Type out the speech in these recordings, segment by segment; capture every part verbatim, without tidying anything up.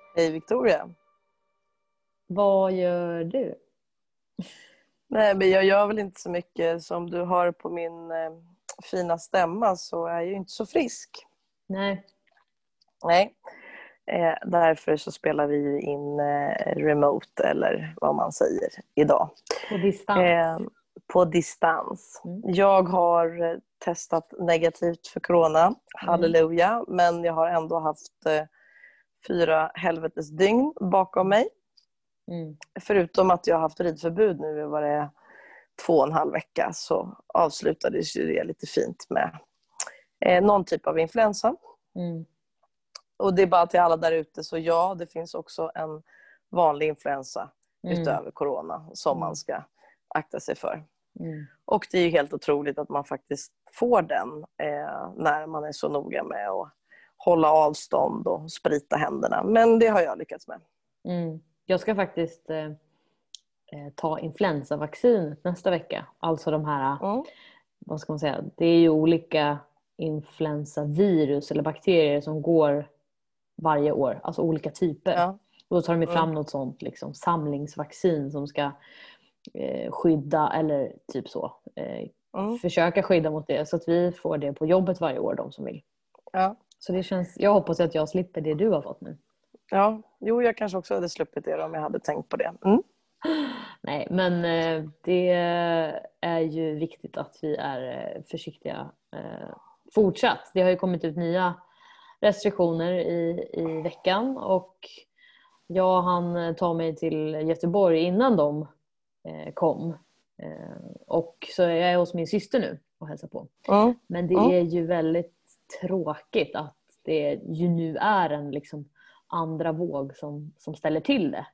Hej Victoria. Vad gör du? Nej, men jag gör väl inte så mycket. Som du hör på min eh, fina stämma så är jag ju inte så frisk. Nej. Nej, eh, därför så spelar vi ju in eh, remote eller vad man säger idag. På distans. Eh, på distans. Mm. Jag har eh, testat negativt för corona. Halleluja. Men jag har ändå haft eh, fyra helvetes dygn bakom mig. Mm. Förutom att jag har haft ridförbud nu var det två och en halv vecka, så avslutades det lite fint med eh, någon typ av influensa. Mm. Och det är bara till alla där ute, så ja, det finns också en vanlig influensa Mm. utöver corona som Mm. man ska akta sig för. Mm. Och det är ju helt otroligt att man faktiskt får den eh, när man är så noga med att hålla avstånd och sprita händerna. Men det har jag lyckats med. Mm. Jag ska faktiskt eh, ta influensavaccin nästa vecka. Alltså de här, Mm. vad ska man säga, det är ju olika influensavirus eller bakterier som går varje år. Alltså olika typer. Ja. Och då tar de fram Mm. något sånt liksom, samlingsvaccin som ska eh, skydda eller typ så. Eh, Mm. försöka skydda mot det. Så att vi får det på jobbet varje år, de som vill. Ja. Så det känns, jag hoppas att jag slipper det du har fått nu. Ja, jo, jag kanske också hade sluppit det om jag hade tänkt på det. Mm. Nej, men det är ju viktigt att vi är försiktiga fortsatt. Det har ju kommit ut nya restriktioner i, i veckan och jag hann ta mig till Göteborg innan de kom. Och så är jag hos min syster nu och hälsar på. Mm. Men det Mm. är ju väldigt tråkigt att det ju nu är en liksom andra våg som, som ställer till det.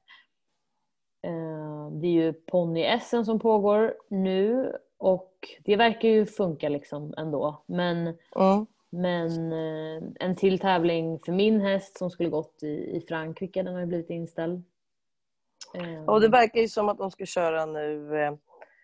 Det är ju ponny-S M som pågår nu och det verkar ju funka liksom ändå. Men, Mm. men en till tävling för min häst som skulle gått i, i Frankrike, den har ju blivit inställd. Och det verkar ju som att de ska köra nu eh,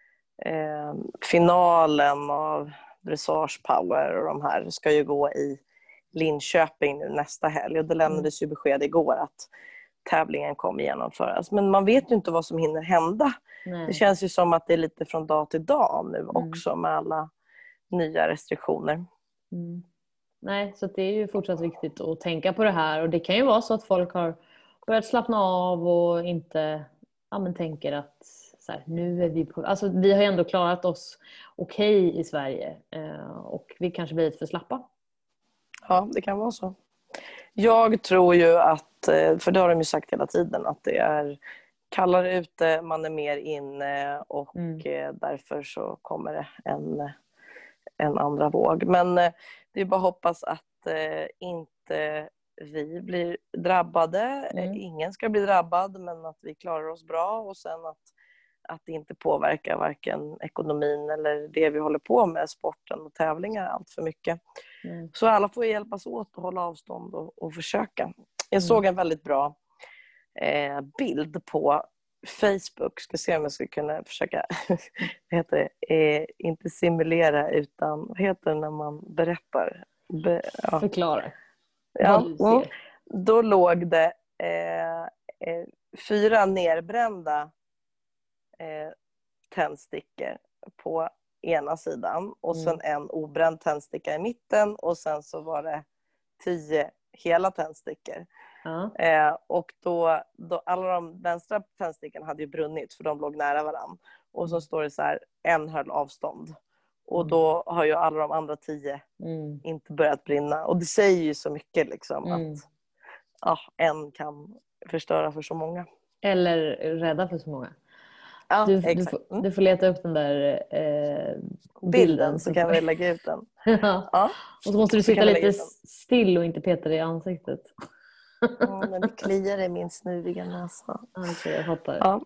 eh, finalen av Dressage Power och de här ska ju gå i Linköping nu nästa helg. Och det lämnades ju besked igår att tävlingen kommer genomföras. Men man vet ju inte vad som hinner hända. Nej. Det känns ju som att det är lite från dag till dag nu Mm. också med alla nya restriktioner. Mm. Nej, så det är ju fortsatt viktigt att tänka på det här. Och det kan ju vara så att folk har börjat slappna av och inte ja, men tänker att så här, nu är vi på... Alltså vi har ju ändå klarat oss okej okay i Sverige. Eh, och vi kanske blir lite för slappa. Ja, det kan vara så. Jag tror ju att, för det har de ju sagt hela tiden, att det är kallare ute, man är mer inne och mm. därför så kommer det en, en andra våg. Men det är bara att hoppas att eh, inte vi blir drabbade. Mm. Ingen ska bli drabbad, men att vi klarar oss bra och sen att, att det inte påverkar varken ekonomin eller det vi håller på med, sporten och tävlingar allt för mycket. Mm. Så alla får hjälpas åt att hålla avstånd och, och försöka. Jag mm. såg en väldigt bra eh, bild på Facebook. Ska se om jag ska kunna försöka vad heter det? Eh, inte simulera utan vad heter det när man berättar? Be, ja. Förklara. Ja, mm. Då låg det eh, eh, fyra nerbrända eh, tändstickor på ena sidan och sen mm. en obränd tändsticka i mitten och sen så var det tio hela tändstickor. Mm. Eh, och då, då alla de vänstra tändstickorna hade ju brunnit för de låg nära varann. Och så står det så här, en höll avstånd. Och då har ju alla de andra tio mm. inte börjat brinna. Och det säger ju så mycket liksom mm. att ja, en kan förstöra för så många. Eller rädda för så många. Ja, du, exakt. Du, får, mm. du får leta upp den där eh, bilden, bilden så kan vi lägga ut den. ja. Ja. Och så måste du sitta lite still och inte peta dig i ansiktet. Ja, men det kliar i min snuviga näsa. Okej, okay, jag fattar. Ja.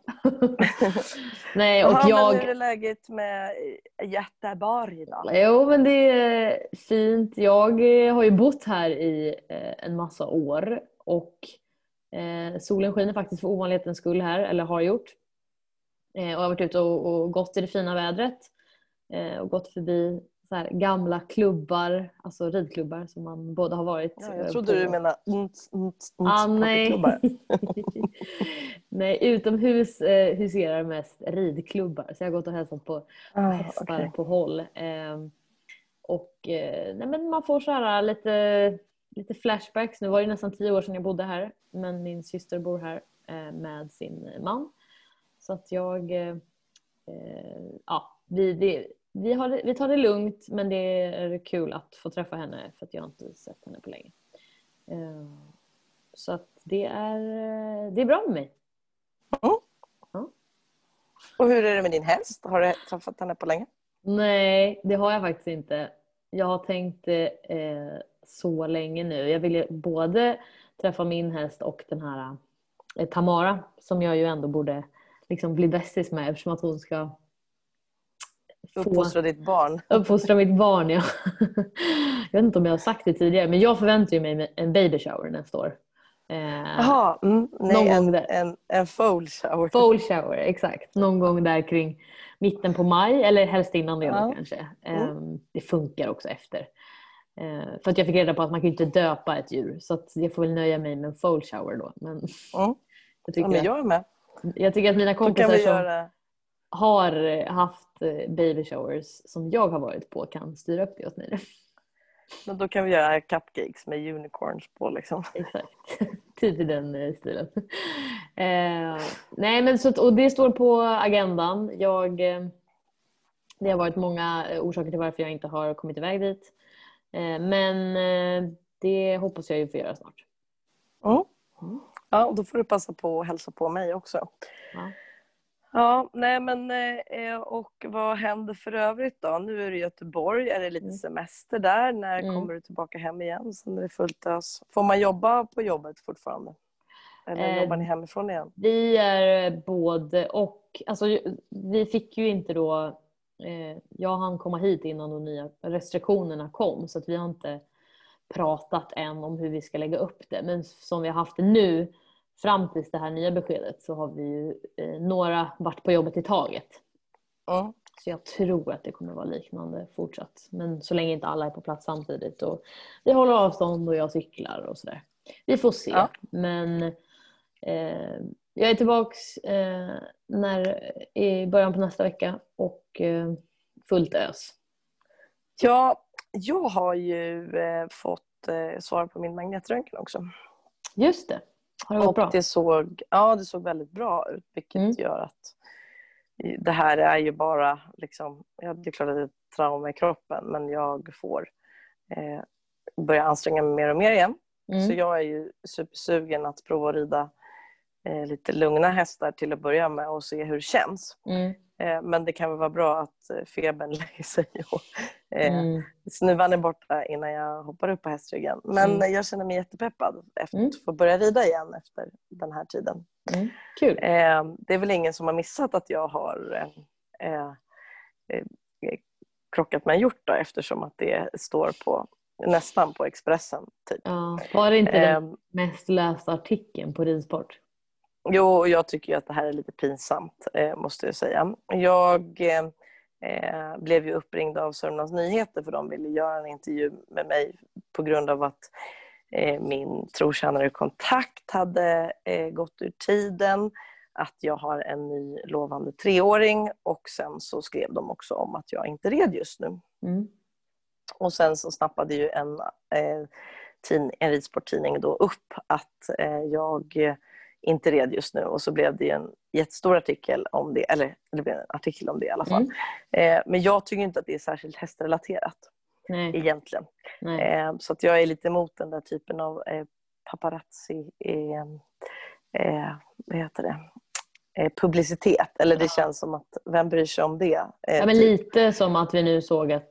Nej, och Aha, jag... men hur är det läget med Göteborg då? Jo, men det är fint. Jag har ju bott här i en massa år och eh, solen skiner faktiskt för ovanlighetens skull här, eller har gjort. Eh, och jag har varit ute och, och gått i det fina vädret eh, och gått förbi så här gamla klubbar, alltså ridklubbar som man båda har varit Ja, jag eh, trodde på. du menade unts, unts, unts, Ah, nej. partyklubbar. Nej, utomhus eh, huserar mest ridklubbar. Så jag har gått och hälsat på, på Ah, hästar okej. på håll. Eh, och eh, nej, men man får så här lite, lite flashbacks. Nu var det nästan tio år sedan jag bodde här. Men min syster bor här eh, med sin man. Så att jag... Eh, eh, ja, vi, det, vi, har det, vi tar det lugnt. Men det är kul att få träffa henne. För att jag inte sett henne på länge. Eh, så att det är, det är bra med mig. Mm. Ja. Och hur är det med din häst? Har du träffat henne på länge? Nej, det har jag faktiskt inte. Jag har tänkt eh, så länge nu. Jag vill ju både träffa min häst och den här eh, Tamara. Som jag ju ändå borde liksom bli bästis med. Eftersom att hon ska få Uppfostra ditt barn. uppfostra mitt barn. Ja. Jag vet inte om jag har sagt det tidigare. Men jag förväntar mig en baby shower nästa år. Eh, Jaha, mm, nej, någon en, gång där. en, en foal shower. Foal shower, exakt. Någon gång där kring mitten på maj. Eller helst innan det Ja. då kanske. Mm. Um, det funkar också efter. Uh, för att jag fick reda på att man kan inte döpa ett djur. Så att jag får väl nöja mig med en foal shower då. Men, Mm. jag, tycker Ja, men jag är med. att, jag tycker att mina Då kan kompisar vi som göra... har haft baby showers som jag har varit på kan styra upp det åt mig. Men då kan vi göra cupcakes med unicorns på liksom. Exakt. Typ i den eh, stilen. Eh, nej, men så, och det står på agendan. Jag, eh, det har varit många orsaker till varför jag inte har kommit iväg dit. Eh, men eh, det hoppas jag ju få göra snart. Mm. Mm. Ja, då får du passa på att hälsa på mig också. Ja. Ja, nej men eh, och vad händer för övrigt då? Nu är det Göteborg, är det lite Mm. semester där? När Mm. kommer du tillbaka hem igen? Sen är det fullt ös. Får man jobba på jobbet fortfarande? Eller Eh, jobbar ni hemifrån igen? Vi är både och. Alltså, vi fick ju inte då... Eh, jag hann komma hit innan de nya restriktionerna kom. Så att vi har inte pratat än om hur vi ska lägga upp det. Men som vi har haft det nu, fram tills det här nya beskedet, så har vi ju eh, några varit på jobbet i taget. Mm. Så jag tror att det kommer vara liknande fortsatt. Men så länge inte alla är på plats samtidigt. Och vi håller avstånd och jag cyklar och sådär. Vi får se. Ja. Men eh, jag är tillbaks eh, när, i början på nästa vecka. Och eh, fullt ös. Ja, jag har ju eh, fått eh, svar på min magnetröntgen också. Just det. Har det gått och bra? Det såg, ja, det såg väldigt bra ut. Vilket Mm. gör att det här är ju bara liksom, ja, det är klart att det är ett trauma i kroppen. Men jag får eh, börja anstränga mig mer och mer igen. Mm. Så jag är ju supersugen att prova att rida eh, lite lugna hästar till att börja med och se hur det känns. Mm. Eh, men det kan väl vara bra att eh, febern lägger sig och eh, Mm. snuvan är borta innan jag hoppar upp på hästryggen. Men Mm. jag känner mig jättepeppad efter Mm. att få börja rida igen efter den här tiden. Mm. Kul. Eh, det är väl ingen som har missat att jag har eh, eh, eh, krockat med en hjort då, eftersom att det står på nästan på Expressen typ. Ja, var det inte Eh, den mest lästa artikeln på Ridsport? Jo, jag tycker ju att det här är lite pinsamt, eh, måste jag säga. Jag eh, blev ju uppringd av Sörmlands Nyheter för de ville göra en intervju med mig på grund av att eh, min trotjänare kontakt hade eh, gått ur tiden, att jag har en ny lovande treåring och sen så skrev de också om att jag inte red just nu. Mm. Och sen så snappade ju en, eh, tin, en ridsporttidning då upp att eh, jag inte red just nu, och så blev det en jättestor artikel om det, eller det blev en artikel om det i alla fall. Mm. Eh, men jag tycker inte att det är särskilt hästrelaterat. Nej. Egentligen. Nej. Eh, så att jag är lite emot den där typen av eh, paparazzi eh, eh, vad heter det? Eh, publicitet, eller det ja. Känns som att vem bryr sig om det? Eh, ja, men typ. Lite som att vi nu såg att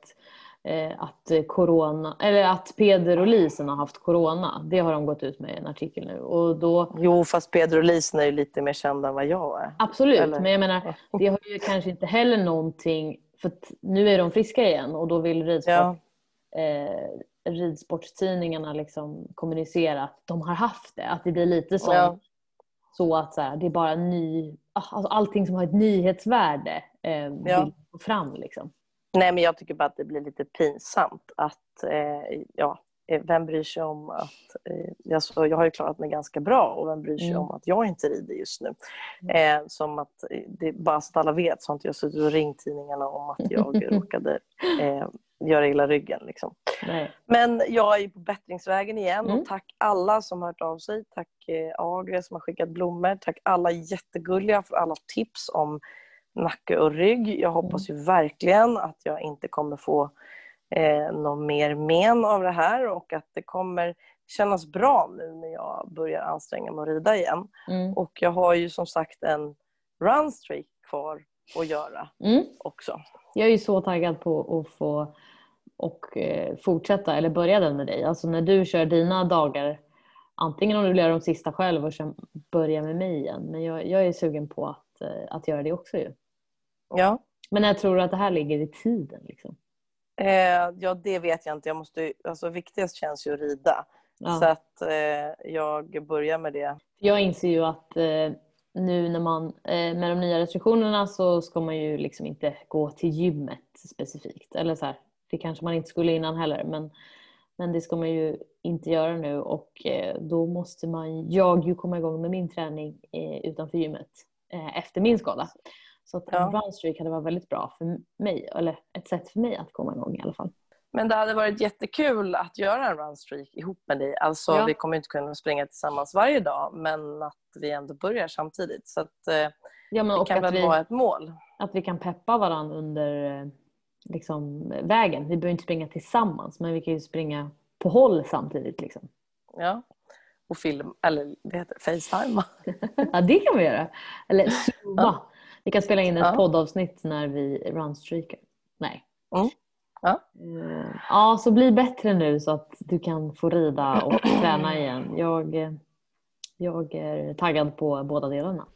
att corona, eller att Peder och Lisen har haft corona. Det har de gått ut med i en artikel nu. Och då... Jo, fast Peder och Lisen är ju lite mer kända än vad jag är. Absolut, eller? Men jag menar, det har ju kanske inte heller någonting, för att nu är de friska igen och då vill ridsport, ja. eh, ridsporttidningarna liksom kommunicera att de har haft det. Att det blir lite som, ja. Så att så här, det är bara ny, alltså allting som har ett nyhetsvärde eh, vill ja. få fram liksom. Nej, men jag tycker bara att det blir lite pinsamt att, eh, ja, vem bryr sig om att, eh, alltså, jag har ju klarat mig ganska bra och vem bryr sig Mm. om att jag inte rider just nu. Eh, som att, det, bara så att alla vet, så att jag suttit och ringt tidningarna om att jag råkade eh, göra illa ryggen. Liksom. Nej. Men jag är på bättringsvägen igen Mm. och tack alla som har hört av sig. Tack eh, Agre som har skickat blommor. Tack alla jättegulliga för alla tips om nacke och rygg. Jag hoppas ju verkligen att jag inte kommer få eh, någon mer men av det här och att det kommer kännas bra nu när jag börjar anstränga mig att rida igen. Mm. Och jag har ju som sagt en runstreak kvar att göra Mm. också. Jag är ju så taggad på att få och eh, fortsätta eller börja den med dig. Alltså när du kör dina dagar, antingen om du vill göra de sista själv och sen börja med mig igen. Men jag, jag är sugen på att, eh, att göra det också ju. Ja. Men jag tror att det här ligger i tiden liksom. Eh, ja, det vet jag inte. Jag måste, alltså, viktigast känns ju att rida. Ja. Så att eh, jag börjar med det. Jag inser ju att eh, nu när man eh, med de nya restriktionerna så ska man ju liksom inte gå till gymmet specifikt. Eller så här, det kanske man inte skulle innan heller. Men, men det ska man ju inte göra nu. Och eh, då måste man, jag ju komma igång med min träning eh, utanför gymmet eh, efter min skada. Så att Ja. en runstreak hade varit väldigt bra för mig. Eller ett sätt för mig att komma igång i alla fall. Men det hade varit jättekul att göra en runstreak ihop med dig. Alltså Ja. vi kommer inte kunna springa tillsammans varje dag. Men att vi ändå börjar samtidigt. Så att eh, Ja, men det och kan att väl vi, vara ett mål. att vi kan peppa varandra under eh, liksom, vägen. Vi behöver inte springa tillsammans. Men vi kan ju springa på håll samtidigt. Liksom. Ja. Och film, eller vad heter det? FaceTime. Ja, det kan vi göra. Eller zooma. Ja. Vi kan spela in ett Ja. poddavsnitt när vi runstreakar. Nej. Mm. Ja. Eh, Ja, så bli bättre nu så att du kan få rida och träna igen. Jag, eh, jag är taggad på båda delarna.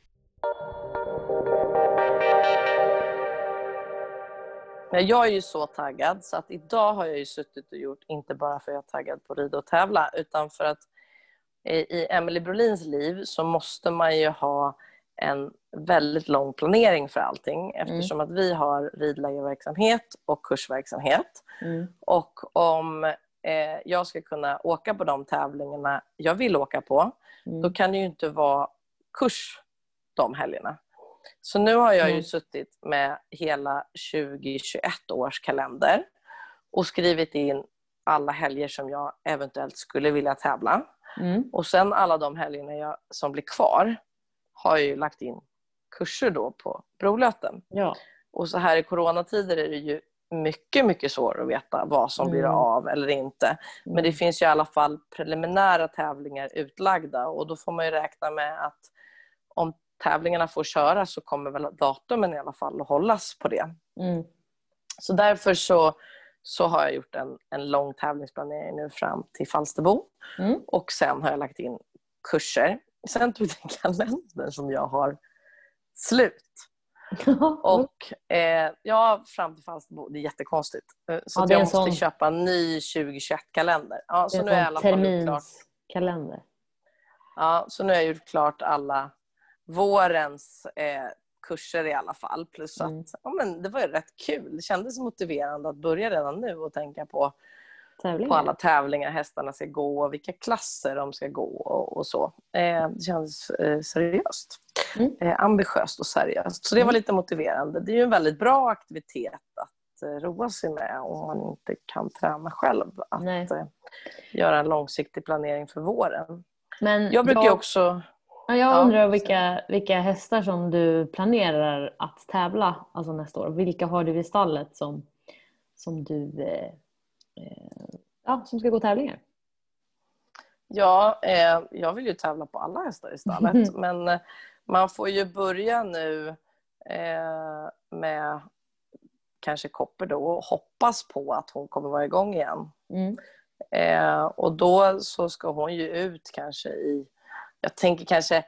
Men jag är ju så taggad så att idag har jag ju suttit och gjort, inte bara för att jag är taggad på att rida och tävla, utan för att i Emelie Brolins liv så måste man ju ha en väldigt lång planering för allting. Eftersom mm. att vi har ridlägerverksamhet och kursverksamhet. Mm. Och om eh, jag ska kunna åka på de tävlingarna jag vill åka på, mm. då kan det ju inte vara kurs de helgerna. Så nu har jag ju mm. suttit med hela tjugo tjugoett års kalender och skrivit in alla helger som jag eventuellt skulle vilja tävla. Mm. Och sen alla de helgerna jag, som blir kvar har jag ju lagt in kurser då på Brolöten. Ja. Och så här i coronatider är det ju mycket, mycket svårt att veta vad som mm. blir av eller inte. Mm. Men det finns ju i alla fall preliminära tävlingar utlagda. Och då får man ju räkna med att om tävlingarna får köra så kommer väl datumen i alla fall att hållas på det. Mm. Så därför så, så har jag gjort en, en lång tävlingsplanering nu fram till Falsterbo. Mm. Och sen har jag lagt in kurser. Sen tog den kalendern som jag har slut. Och eh, ja, fram till Falsterbo, det är jättekonstigt. Så ja, att jag måste sån... köpa en ny tjugo tjugoett-kalender. Ja, det är så nu är i alla fall klart. Terminskalender. Ja, så nu har jag gjort klart alla vårens eh, kurser i alla fall. Plus att mm. ja, men det var ju rätt kul. Det kändes motiverande att börja redan nu och tänka på, på alla tävlingar hästarna ska gå och vilka klasser de ska gå och, och så. Eh, det kändes eh, seriöst. Mm. Eh, ambitiöst och seriöst. Så det var lite motiverande. Det är ju en väldigt bra aktivitet att eh, roa sig med om man inte kan träna själv. Att eh, göra en långsiktig planering för våren. Men jag brukar jag... också... Ja, jag undrar vilka, vilka hästar som du planerar att tävla alltså nästa år. Vilka har du i stallet som, som du eh, ja, som ska gå tävlingar? Ja, eh, jag vill ju tävla på alla hästar i stallet. Men eh, man får ju börja nu eh, med kanske Kopper då och hoppas på att hon kommer vara igång igen. Mm. Eh, och då så ska hon ju ut kanske i jag tänker kanske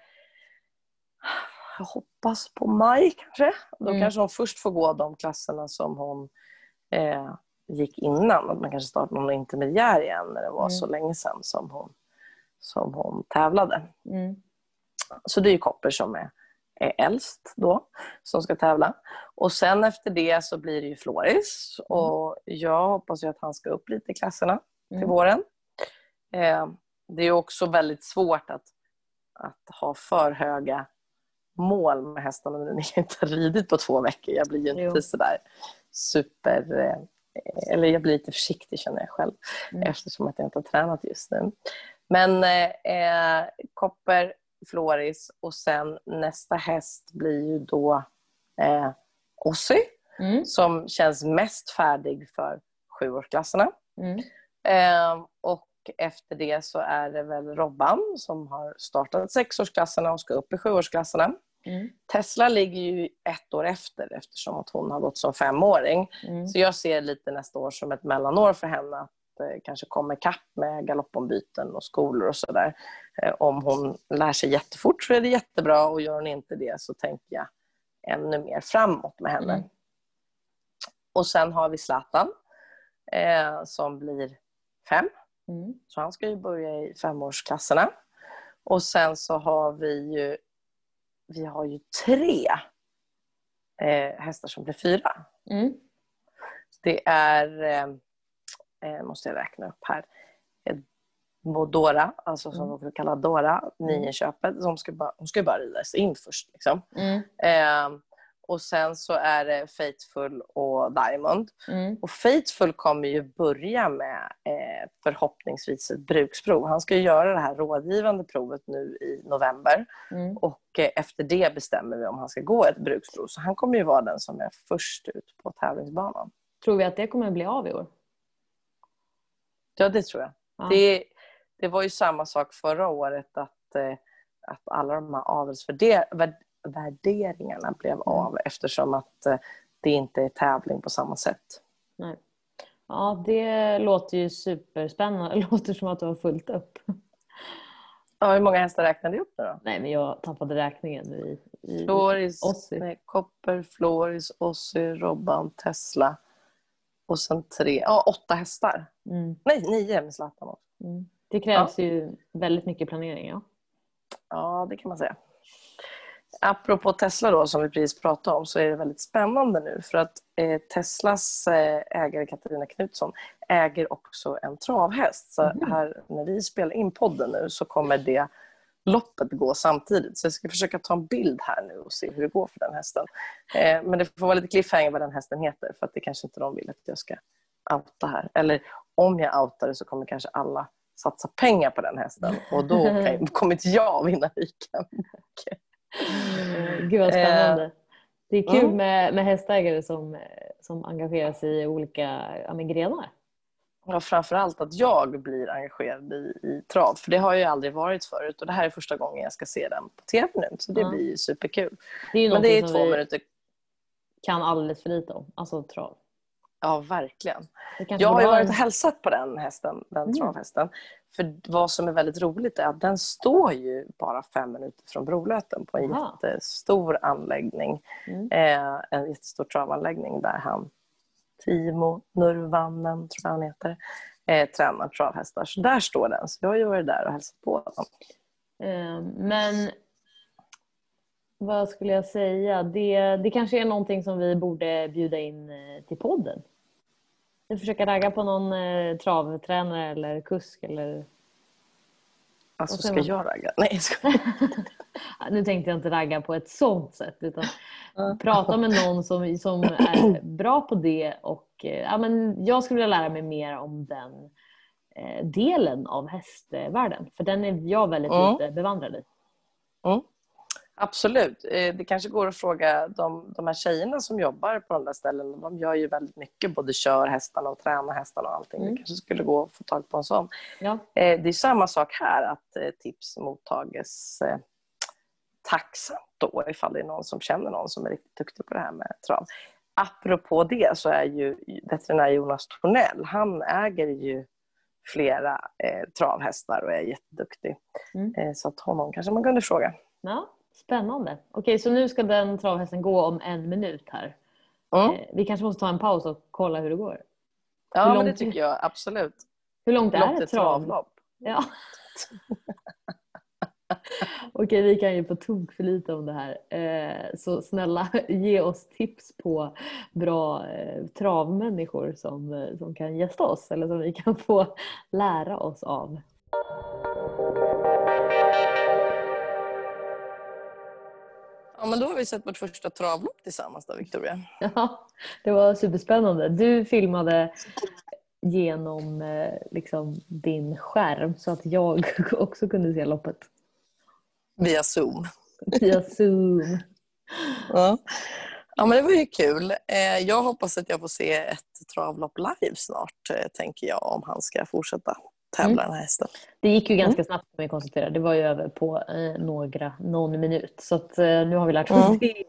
jag hoppas på maj kanske. Då mm. kanske hon först får gå de klasserna som hon eh, gick innan. Att man kanske startar någon intermediär igen när det var mm. så länge sedan som hon, som hon tävlade. Mm. Så det är ju Kopper som är är äldst då som ska tävla. Och sen efter det så blir det ju Floris. Mm. Och jag hoppas ju att han ska upp lite i klasserna till mm. våren. Eh, det är också väldigt svårt att, att ha för höga mål med hästarna när ni inte har ridit på två veckor. Jag blir ju inte jo. sådär super... Eh, eller jag blir lite försiktig känner jag själv. Mm. Eftersom att jag inte har tränat just nu. Men eh, Kopper, Floris och sen nästa häst blir ju då eh, Ossi. Mm. Som känns mest färdig för sjuårsklasserna. Mm. Eh, och efter det så är det väl Robban som har startat sexårsklasserna och ska upp i sjuårsklasserna. Mm. Tesla ligger ju ett år efter eftersom att hon har gått som femåring. Mm. Så jag ser lite nästa år som ett mellanår för henne att eh, kanske komma ikapp med galoppombyten och skolor och sådär. Eh, om hon lär sig jättefort så är det jättebra och gör hon inte det så tänker jag ännu mer framåt med henne. Mm. Och sen har vi Zlatan eh, som blir fem. Mm. Så han ska ju börja i femårsklasserna. Och sen så har vi ju vi har ju tre eh, hästar som blir fyra. Mm. Det är eh, måste jag räkna upp här. Modora, alltså som mm. vi kallar Dora, nioköpet som ska bara, hon ska ju bara ridas in först liksom. Mm. Eh, och sen så är det Faithful och Diamond. Mm. Och Faithful kommer ju börja med eh, förhoppningsvis ett bruksprov. Han ska ju göra det här rådgivande provet nu i november. Mm. Och eh, efter det bestämmer vi om han ska gå ett bruksprov. Så han kommer ju vara den som är först ut på tävlingsbanan. Tror vi att det kommer bli av i år? Ja, det tror jag. Ja. Det, det var ju samma sak förra året att, eh, att alla de här avelsvärderingarna värderingarna blev mm. av eftersom att eh, det inte är tävling på samma sätt. Nej. Ja, det låter ju superspännande. Det låter som att du har fullt upp. Ja, hur många hästar räknade du upp nu då? Nej, men jag tappade räkningen i, i Floris, Ossi. Nej, Kopper, Floris, Ossi, Robban, Tesla och sen tre, ja åtta hästar. Mm. Nej, nio med Zlatan också. Mm. Det krävs ja. ju väldigt mycket planering, ja. Ja, det kan man säga. Apropå Tesla då som vi precis pratade om så är det väldigt spännande nu för att eh, Teslas eh, ägare Katarina Knutsson äger också en travhäst. Så mm. här när vi spelar in podden nu så kommer det loppet gå samtidigt. Så jag ska försöka ta en bild här nu och se hur det går för den hästen. Eh, men det får vara lite cliffhanger vad den hästen heter för att det kanske inte de vill att jag ska outa här. Eller om jag outar det så kommer kanske alla satsa pengar på den hästen och då kan, kommer inte jag vinna lika mycket. Mm, gud vad spännande. Eh, det är kul mm. med, med hästägare som, som engagerar sig i olika ja, med grenar. Ja, framförallt att jag blir engagerad i, i trav. För det har jag ju aldrig varit förut. Och det här är första gången jag ska se den på tv nu. Så det mm. blir superkul. Det är ju Men det är två minuter. Kan alldeles för lite om. Alltså trav. Ja, verkligen. Jag har ju varit och hälsat på den hästen, den mm. travhästen. För vad som är väldigt roligt är att den står ju bara fem minuter från Brolöten på en Aha. jättestor anläggning. Mm. Eh, en jättestor travanläggning där han, Timo Nurvannen tror jag han heter, eh, tränar travhästar. Så där står den. Så jag har ju varit där och hälsat på dem. Eh, men vad skulle jag säga? Det, det kanske är någonting som vi borde bjuda in till podden. Vi försöker ragga på någon eh, travtränare eller kusk eller... Alltså ska man... jag ragga? Nej, jag ska... Nu tänkte jag inte ragga på ett sånt sätt utan prata med någon som, som är bra på det och eh, ja, men jag skulle vilja lära mig mer om den eh, delen av hästvärlden för den är jag väldigt mm. lite bevandrad i. Mm. Absolut. Det kanske går att fråga de, de här tjejerna som jobbar på de där ställena. De gör ju väldigt mycket, både kör hästarna och tränar hästarna och allting. Mm. Det kanske skulle gå att få tag på en sån. Ja. Det är samma sak här, att tips mottages tacksamt då ifall det är någon som känner någon som är riktigt duktig på det här med trav. Apropå det så är ju veterinär Jonas Tornell, han äger ju flera eh, travhästar och är jätteduktig. Mm. Eh, så att honom kanske man kunde fråga. Ja. Spännande. Okej, så nu ska den travhästen gå om en minut här. Mm. Eh, vi kanske måste ta en paus och kolla hur det går. Ja, hur långt... men det tycker jag absolut. Hur långt, hur långt är ett travlopp? Ja. Okej, vi kan ju på tok för lite om det här. Eh, så snälla, ge oss tips på bra eh, travmänniskor som, eh, som kan gästa oss eller som vi kan få lära oss av. Ja, men då har vi sett vårt första travlopp tillsammans då, Victoria. Ja, det var superspännande. Du filmade genom eh, liksom din skärm så att jag också kunde se loppet. Via Zoom. Via Zoom. Ja. Ja, men det var ju kul. Jag hoppas att jag får se ett travlopp live snart, tänker jag, om han ska fortsätta tävla mm. den här hästen. Det gick ju ganska mm. snabbt om vi konstaterar. Det var ju över på eh, några, någon minut. Så att, eh, nu har vi lärt oss mm. det.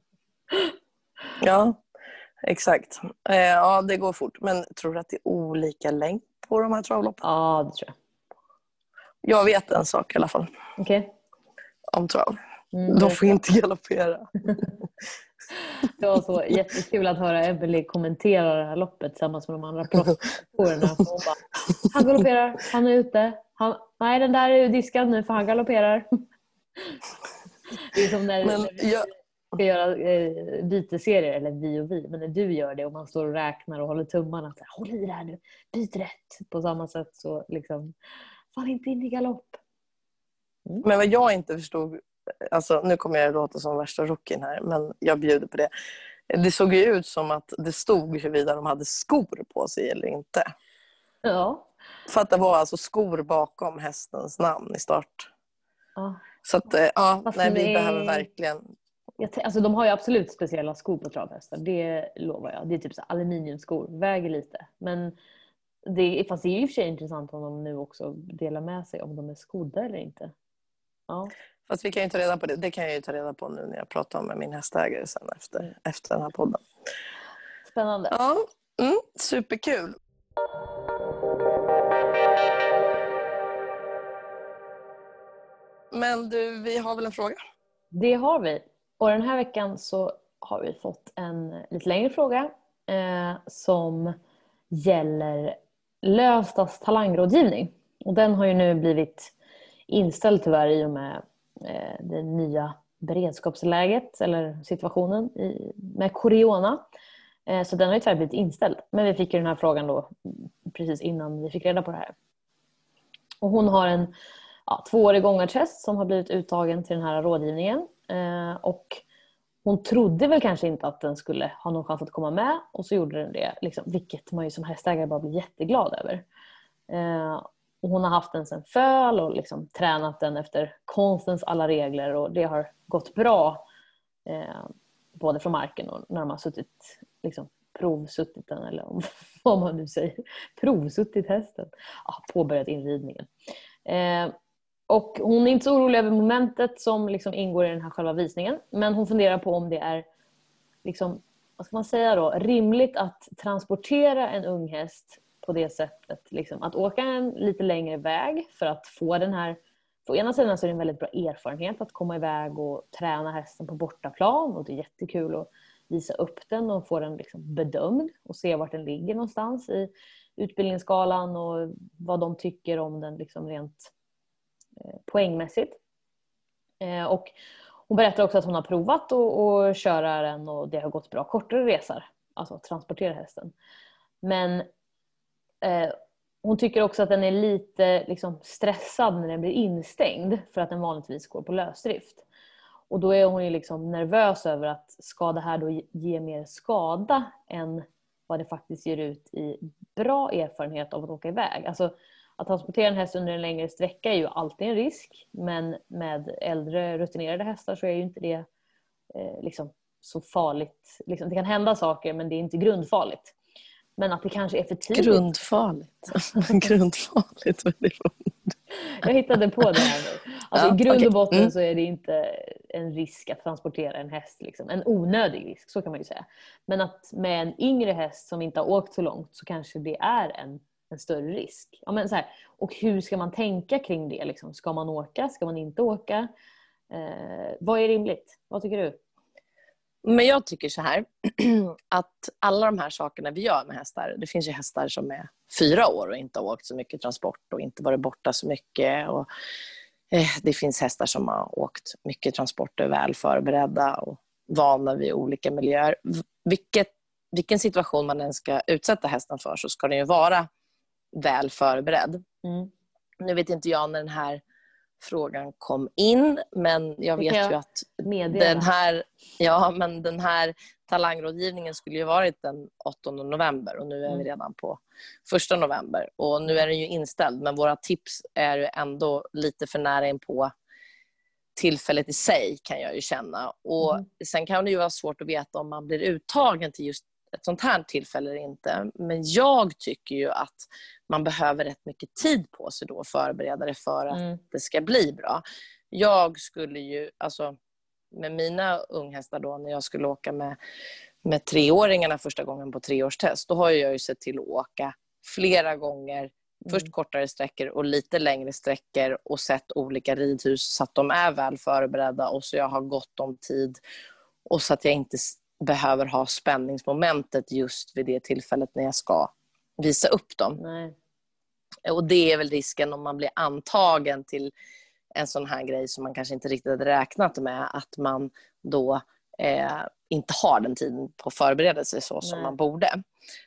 Ja, exakt. Eh, ja, det går fort. Men tror du att det är olika längd på de här travloppen? Ja, det tror jag. Jag vet en sak i alla fall. Okej. Okay. Om trav. Mm, de får inte galoppera. Det var så jättekul att höra Emelie kommentera det här loppet tillsammans med de andra proffsjouerna. Han galopperar, han är ute. Han, nej, den där är ju diskad nu för han galopperar. Det är som när, men, när vi jag... ska göra eh, byteserier, eller vi och vi. Men när du gör det och man står och räknar och håller tummarna. Så här, håll i det här nu, byt rätt. På samma sätt så liksom, fan inte in i galopp. Mm. Men vad jag inte förstod, alltså nu kommer jag låta som värsta rocken här, men jag bjuder på det. Det såg ju ut som att det stod huruvida de hade skor på sig eller inte. Ja. För att det var alltså skor bakom hästens namn i start. Ja. Så att, ja, nej, vi är... behöver verkligen... Jag, alltså de har ju absolut speciella skor på travhästar, det lovar jag. Det är typ så aluminiumskor, väger lite. Men det, fast det är ju för sig intressant om de nu också delar med sig om de är skodda eller inte. Ja. Fast vi kan ju ta reda på det. Det kan jag ju ta reda på nu när jag pratar med min hästägare sen efter, mm. efter den här podden. Spännande. Ja, mm, superkul. Men du, vi har väl en fråga? Det har vi. Och den här veckan så har vi fått en lite längre fråga eh, som gäller Lövstads talangrådgivning. Och den har ju nu blivit inställd tyvärr i och med eh, det nya beredskapsläget eller situationen i, med corona. Eh, så den har ju tyvärr blivit inställd. Men vi fick ju den här frågan då precis innan vi fick reda på det här. Och hon har en ja, tvåårig gångartest som har blivit uttagen till den här rådgivningen. Eh, och hon trodde väl kanske inte att den skulle ha någon chans att komma med. Och så gjorde den det, liksom, vilket man ju som hästägare bara blir jätteglad över. Eh, och hon har haft den sen föl och liksom tränat den efter konstens alla regler. Och det har gått bra. Eh, både från marken och när de har suttit, liksom, provsuttit den. Eller om, vad man nu säger. Provsuttit hästen. Ja, påbörjat inridningen. Eh, Och hon är inte så orolig över momentet som liksom ingår i den här själva visningen. Men hon funderar på om det är liksom, vad ska man säga då, rimligt att transportera en ung häst på det sättet. Liksom, att åka en lite längre väg för att få den här... På ena sidan så är det en väldigt bra erfarenhet att komma iväg och träna hästen på bortaplan. Och det är jättekul att visa upp den och få den liksom bedömd. Och se vart den ligger någonstans i utbildningsskalan och vad de tycker om den liksom rent... poängmässigt. Eh, och hon berättar också att hon har provat att, att köra den och det har gått bra kortare resor. Alltså att transportera hästen. Men eh, hon tycker också att den är lite liksom, stressad när den blir instängd för att den vanligtvis går på lösdrift. Och då är hon ju liksom nervös över att ska det här då ge mer skada än vad det faktiskt ger ut i bra erfarenhet av att åka iväg. Alltså att transportera en häst under en längre sträcka är ju alltid en risk. Men med äldre rutinerade hästar så är ju inte det eh, liksom så farligt. Liksom, det kan hända saker men det är inte grundfarligt. Men att det kanske är för tidigt. Grundfarligt. Grundfarligt. Jag hittade på det här nu. Alltså ja, i grund och botten okay. mm. så är det inte en risk att transportera en häst. Liksom. En onödig risk, så kan man ju säga. Men att med en yngre häst som inte har åkt så långt så kanske det är en en större risk. Ja, men så här, och hur ska man tänka kring det? Liksom? Ska man åka? Ska man inte åka? Eh, vad är rimligt? Vad tycker du? Men jag tycker så här att alla de här sakerna vi gör med hästar, det finns ju hästar som är fyra år och inte har åkt så mycket transport och inte varit borta så mycket och eh, det finns hästar som har åkt mycket transporter väl förberedda och vana vid olika miljöer. Vilket, vilken situation man än ska utsätta hästen för så ska den ju vara väl förberedd. Mm. Nu vet inte jag när den här frågan kom in, men jag vet jag ju att meddela. den här, ja, men den här talangrådgivningen skulle ju varit den åttonde november och nu är vi redan på första november och nu är den ju inställd, men våra tips är ju ändå lite för nära in på tillfället i sig, kan jag ju känna. Och mm. sen kan det ju vara svårt att veta om man blir uttagen till just ett sånt här tillfälle eller inte. Men jag tycker ju att man behöver rätt mycket tid på sig då, förbereda det för att Mm. det ska bli bra. Jag skulle ju, alltså med mina unghästar då, när jag skulle åka med, med treåringarna första gången på treårstest, då har jag ju sett till att åka flera gånger. Först Mm. kortare sträckor och lite längre sträckor och sett olika ridhus så att de är väl förberedda och så jag har gott om tid och så att jag inte behöver ha spänningsmomentet just vid det tillfället när jag ska visa upp dem. Nej. Och det är väl risken om man blir antagen till en sån här grej som man kanske inte riktigt hade räknat med, att man då eh, inte har den tiden på att förbereda sig så som Nej. man borde.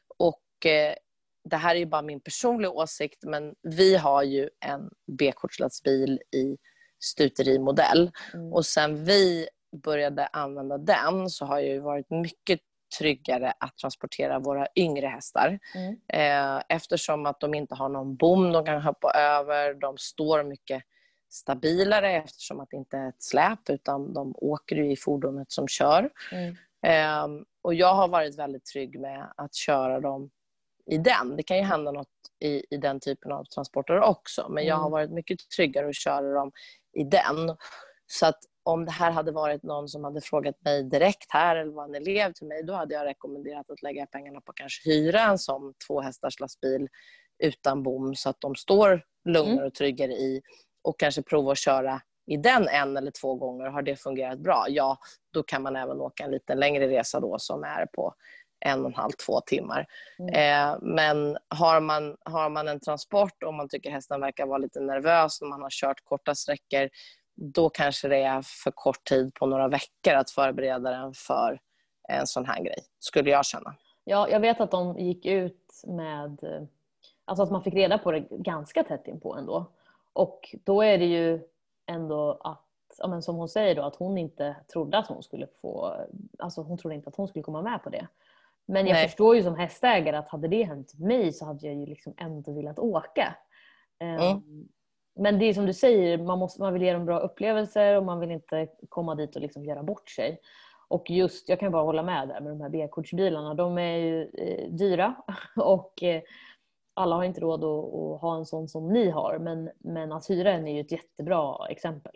Och eh, det här är ju bara min personliga åsikt, men vi har ju en B-kortslastbil i stuterimodell. Mm. Och sen vi började använda den så har jag ju varit mycket tryggare att transportera våra yngre hästar. Mm. Eh, eftersom att de inte har någon bom de kan hoppa över. De står mycket stabilare eftersom att det inte är ett släp utan de åker ju i fordonet som kör. Mm. Eh, och jag har varit väldigt trygg med att köra dem i den. Det kan ju hända något i, i den typen av transporter också. Men jag har varit mycket tryggare att köra dem i den. Så att om det här hade varit någon som hade frågat mig direkt här eller var en elev till mig, då hade jag rekommenderat att lägga pengarna på kanske hyra en som två hästars lastbil utan bom så att de står lugnare mm. och tryggare i och kanske prova att köra i den en eller två gånger. Har det fungerat bra? Ja, då kan man även åka en lite längre resa då som är på en och en halv, två timmar. Mm. Eh, men har man, har man en transport och man tycker hästen verkar vara lite nervös när man har kört korta sträckor, då kanske det är för kort tid på några veckor att förbereda den för en sån här grej, skulle jag känna. Ja, jag vet att de gick ut med, alltså att man fick reda på det ganska tätt inpå ändå. Och då är det ju ändå att, ja, men som hon säger då, att hon inte trodde att hon skulle få, alltså hon trodde inte att hon skulle komma med på det. Men jag Nej. förstår ju som hästägare att hade det hänt mig så hade jag ju liksom ändå velat åka. Mm. Um, men det är som du säger, man, måste, man vill ge dem bra upplevelser och man vill inte komma dit och liksom göra bort sig. Och just, jag kan bara hålla med där med de här B-kortsbilarna. De är ju eh, dyra och eh, alla har inte råd att, att ha en sån som ni har. Men, men att hyra en är ju ett jättebra exempel.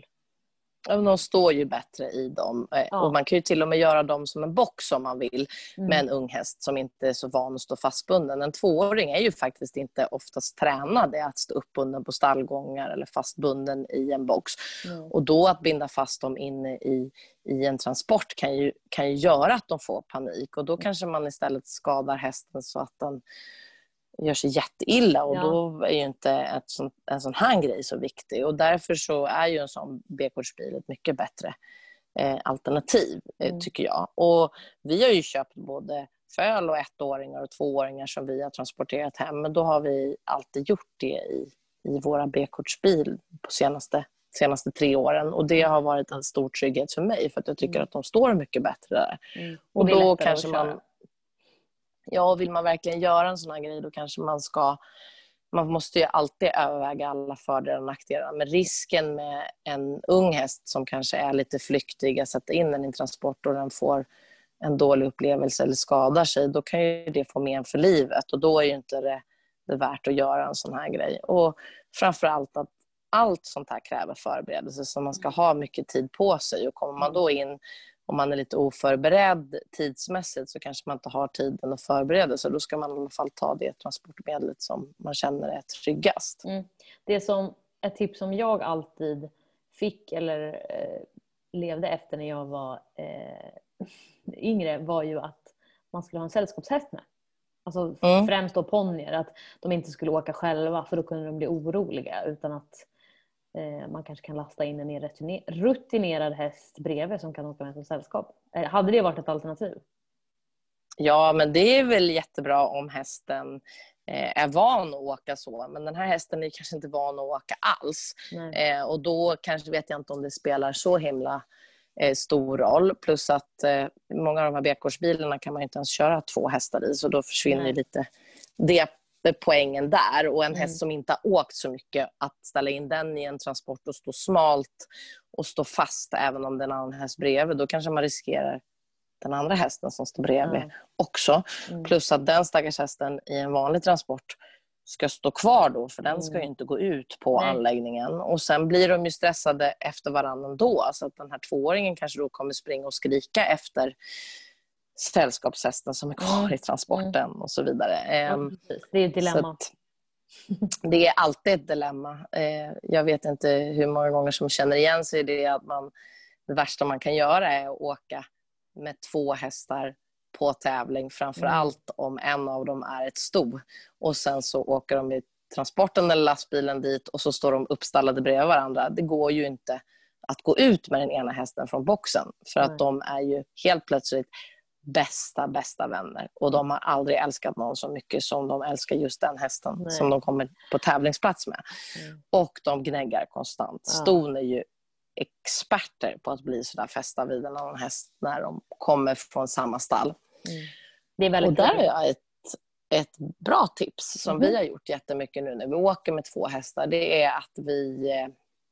De står ju bättre i dem. Ja. Och man kan ju till och med göra dem som en box om man vill. Mm. Med en ung häst som inte är så van att stå fastbunden. En tvååring är ju faktiskt inte oftast tränad att stå uppbunden på stallgångar eller fastbunden i en box. Mm. Och då att binda fast dem inne i, i en transport kan ju, kan ju göra att de får panik. Och då kanske man istället skadar hästen så att den gör sig jätteilla och ja. Då är ju inte ett sånt, en sån här grej så viktig och därför så är ju en sån B-kortsbil ett mycket bättre eh, alternativ eh, mm. tycker jag. Och vi har ju köpt både föl och ettåringar och tvååringar som vi har transporterat hem, men då har vi alltid gjort det i, i våra B-kortsbil på senaste, senaste tre åren och det har varit en stor trygghet för mig för att jag tycker mm. att de står mycket bättre där. Mm. Och, och då kanske man Ja, vill man verkligen göra en sån här grej då kanske man ska, man måste ju alltid överväga alla fördelar och nackdelar. Men risken med en ung häst som kanske är lite flyktig att sätta in den i en transport och den får en dålig upplevelse eller skadar sig, då kan ju det få men för livet och då är ju inte det, det värt att göra en sån här grej. Och framförallt att allt sånt här kräver förberedelse så man ska ha mycket tid på sig och kommer man då in om man är lite oförberedd tidsmässigt så kanske man inte har tiden att förbereda sig. Då ska man i alla fall ta det transportmedlet som man känner är tryggast. Mm. Det som ett tips som jag alltid fick eller eh, levde efter när jag var eh, yngre var ju att man skulle ha en sällskapshäst med. Alltså mm. främst då ponnyer. Att de inte skulle åka själva för då kunde de bli oroliga utan att eh, man kanske kan lasta in en mer rutinerad häst bredvid som kan åka med som sällskap. Eh, hade det varit ett alternativ? Ja, men det är väl jättebra om hästen eh, är van att åka så. Men den här hästen är kanske inte van att åka alls. Eh, och då kanske vet jag inte om det spelar så himla eh, stor roll. Plus att eh, många av de här B-kursbilarna kan man inte ens köra två hästar i. Så då försvinner Nej. lite det poängen där. Och en Mm. häst som inte har åkt så mycket, att ställa in den i en transport och stå smalt och stå fast även om den andra häst bredvid, då kanske man riskerar den andra hästen som står bredvid Mm. också. Mm. Plus att den stackars hästen i en vanlig transport ska stå kvar då, för den ska ju Mm. inte gå ut på Nej. anläggningen. Och sen blir de ju stressade efter varandra då, så att den här tvååringen kanske då kommer springa och skrika efter sällskapshästen som är kvar Mm. i transporten Mm. och så vidare. Ja, Ehm, precis. Det är ett så dilemma. att det är alltid ett dilemma. Eh, jag vet inte hur många gånger som känner igen sig i det, att man, det värsta man kan göra är att åka med två hästar på tävling, framförallt mm. om en av dem är ett sto. Och sen så åker de i transporten eller lastbilen dit och så står de uppstallade bredvid varandra. Det går ju inte att gå ut med den ena hästen från boxen, för att mm. de är ju helt plötsligt bästa, bästa vänner. Och de har aldrig älskat någon så mycket som de älskar just den hästen. Nej. Som de kommer på tävlingsplats med. Mm. Och de gnäggar konstant. Ja. Ston är ju experter på att bli sådär fästa vid en annan häst när de kommer från samma stall. Mm. Det är väldigt och där har jag ett, ett bra tips som mm. vi har gjort jättemycket nu när vi åker med två hästar. Det är att vi eh,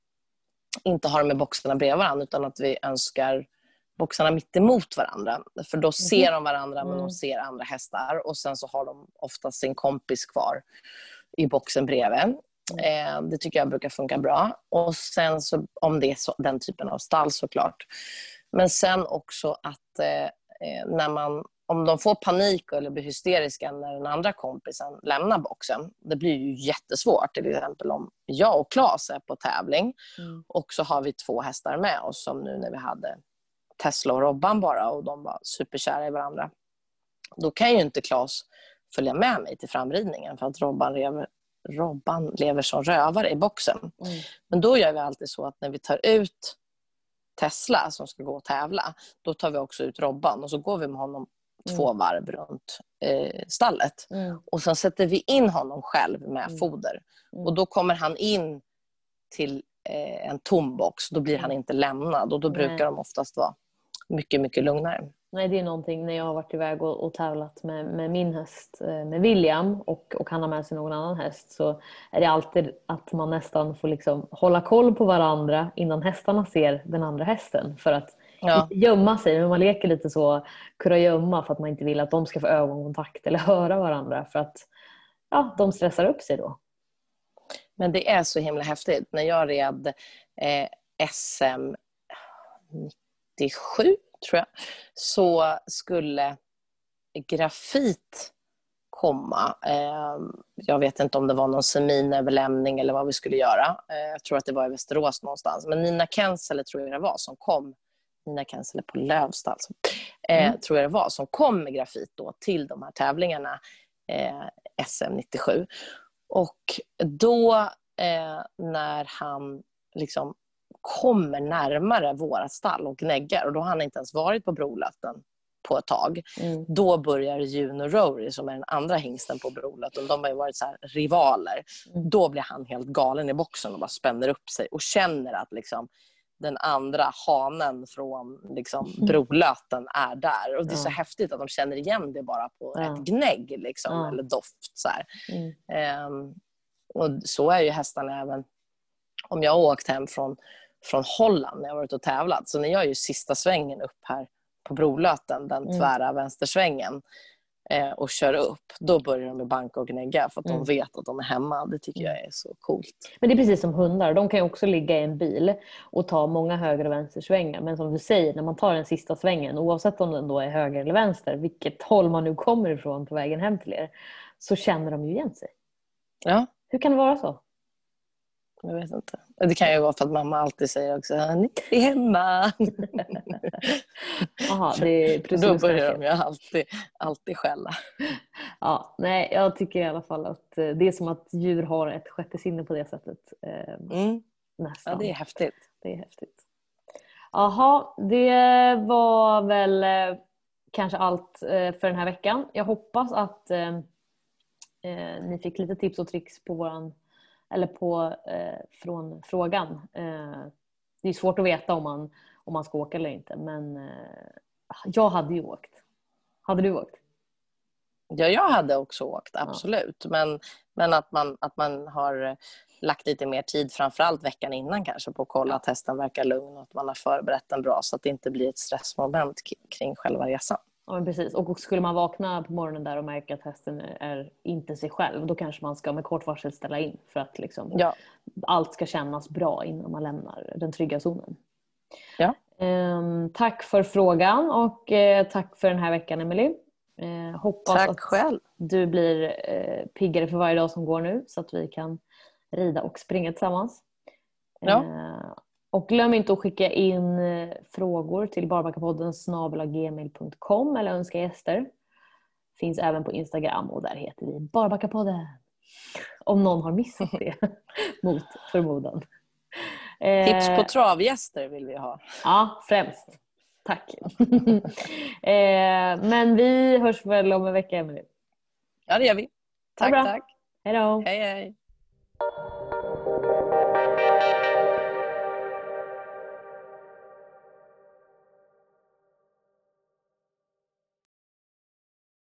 inte har med boxarna bredvid varandra, utan att vi önskar boxarna mitt emot varandra. För då ser de varandra, mm. men de ser andra hästar. Och sen så har de ofta sin kompis kvar i boxen bredvid. Mm. Eh, det tycker jag brukar funka bra. Och sen så, om det är så, den typen av stall såklart. Men sen också att eh, när man, om de får panik eller blir hysteriska när den andra kompisen lämnar boxen. Det blir ju jättesvårt. Till exempel om jag och Claes är på tävling. Mm. Och så har vi två hästar med oss, som nu när vi hade Tesla och Robban bara, och de var superkära i varandra. Då kan ju inte Claes följa med mig till framridningen, för att Robban lever, Robban lever som rövare i boxen. Mm. Men då gör vi alltid så att när vi tar ut Tesla som ska gå och tävla, då tar vi också ut Robban och så går vi med honom mm. två varv runt eh, stallet. Mm. Och sen sätter vi in honom själv med mm. foder. Mm. Och då kommer han in till eh, en tom box. Då blir han inte lämnad, och då brukar Nej. de oftast vara mycket, mycket lugnare. Nej, det är någonting när jag har varit iväg och, och tävlat med, med min häst, med William, och, och han har med sig någon annan häst, så är det alltid att man nästan får liksom hålla koll på varandra innan hästarna ser den andra hästen, för att ja. inte gömma sig, men man leker lite så kurragömma för att man inte vill att de ska få ögonkontakt eller höra varandra, för att ja, de stressar upp sig då. Men det är så himla häftigt. När jag red eh, S M nittiosju tror jag, så skulle grafit komma. Eh, jag vet inte om det var någon seminöverlämning eller vad vi skulle göra. Eh, jag tror att det var i Västerås någonstans. Men Nina Kensele tror jag det var som kom. Nina Kensele på Lövsta alltså. Eh, mm. tror jag det var som kom med grafit då till de här tävlingarna eh, S M nittiosju. Och då eh, när han liksom kommer närmare vårat stall och gnäggar, och då har han inte ens varit på Brolöten på ett tag. Mm. Då börjar Juno Rory, som är den andra hingsten på Brolöten, de har ju varit så här rivaler. Mm. Då blir han helt galen i boxen och bara spänner upp sig och känner att liksom den andra hanen från liksom Brolöten är där. Och det är så ja. häftigt att de känner igen det bara på ja. ett gnägg liksom, ja. eller doft så här. Mm. Um, och så är ju hästarna även om jag har åkt hem från, från Holland när jag varit och tävlat. Så när jag är ju sista svängen upp här på Brolöten, den tvära mm. vänstersvängen, eh, och kör upp, då börjar de med banka och gnägga för att mm. de vet att de är hemma. Det tycker jag är så coolt. Men det är precis som hundar. De kan ju också ligga i en bil och ta många höger- och vänstersvängar. Men som du säger, när man tar den sista svängen, oavsett om den då är höger eller vänster, vilket håll man nu kommer ifrån på vägen hem till er, så känner de ju igen sig. Ja. Hur kan det vara så? Jag vet inte. Det kan ju vara för att mamma alltid säger också, ni är hemma. Aha, det är då börjar de ju alltid, alltid skälla. Ja, nej, jag tycker i alla fall att det är som att djur har ett sjätte sinne på det sättet. Mm. nästan. Ja, det är häftigt. Det är häftigt. Jaha, det var väl eh, kanske allt eh, för den här veckan. Jag hoppas att eh, eh, ni fick lite tips och tricks på våran, eller på, eh, från frågan. Eh, det är svårt att veta om man, om man ska åka eller inte. Men eh, jag hade ju åkt. Hade du åkt? Ja, jag hade också åkt, absolut. Ja. Men, men att, man, att man har lagt lite mer tid, framförallt veckan innan kanske, på att kolla ja. att hästen verkar lugn och att man har förberett den bra så att det inte blir ett stressmoment kring själva resan. Ja, men precis. Och skulle man vakna på morgonen där och märka att hästen är inte sig själv, då kanske man ska med kort varsel ställa in för att liksom ja. allt ska kännas bra innan man lämnar den trygga zonen. Ja. Um, tack för frågan och uh, tack för den här veckan, Emily. Uh, hoppas tack att själv. Du blir uh, piggare för varje dag som går nu så att vi kan rida och springa tillsammans. Ja. Uh, och glöm inte att skicka in uh, frågor till barbackapodden snabel-a gmail punkt com eller önska gäster. Finns även på Instagram och där heter vi Barbackapodden. Om någon har missat det mot förmodan. Tips på travgäster vill vi ha. Ja, främst. Tack. Men vi hörs väl om en vecka, Emily. Ja, det gör vi. Tack, tack. Hej då. Hej, hej.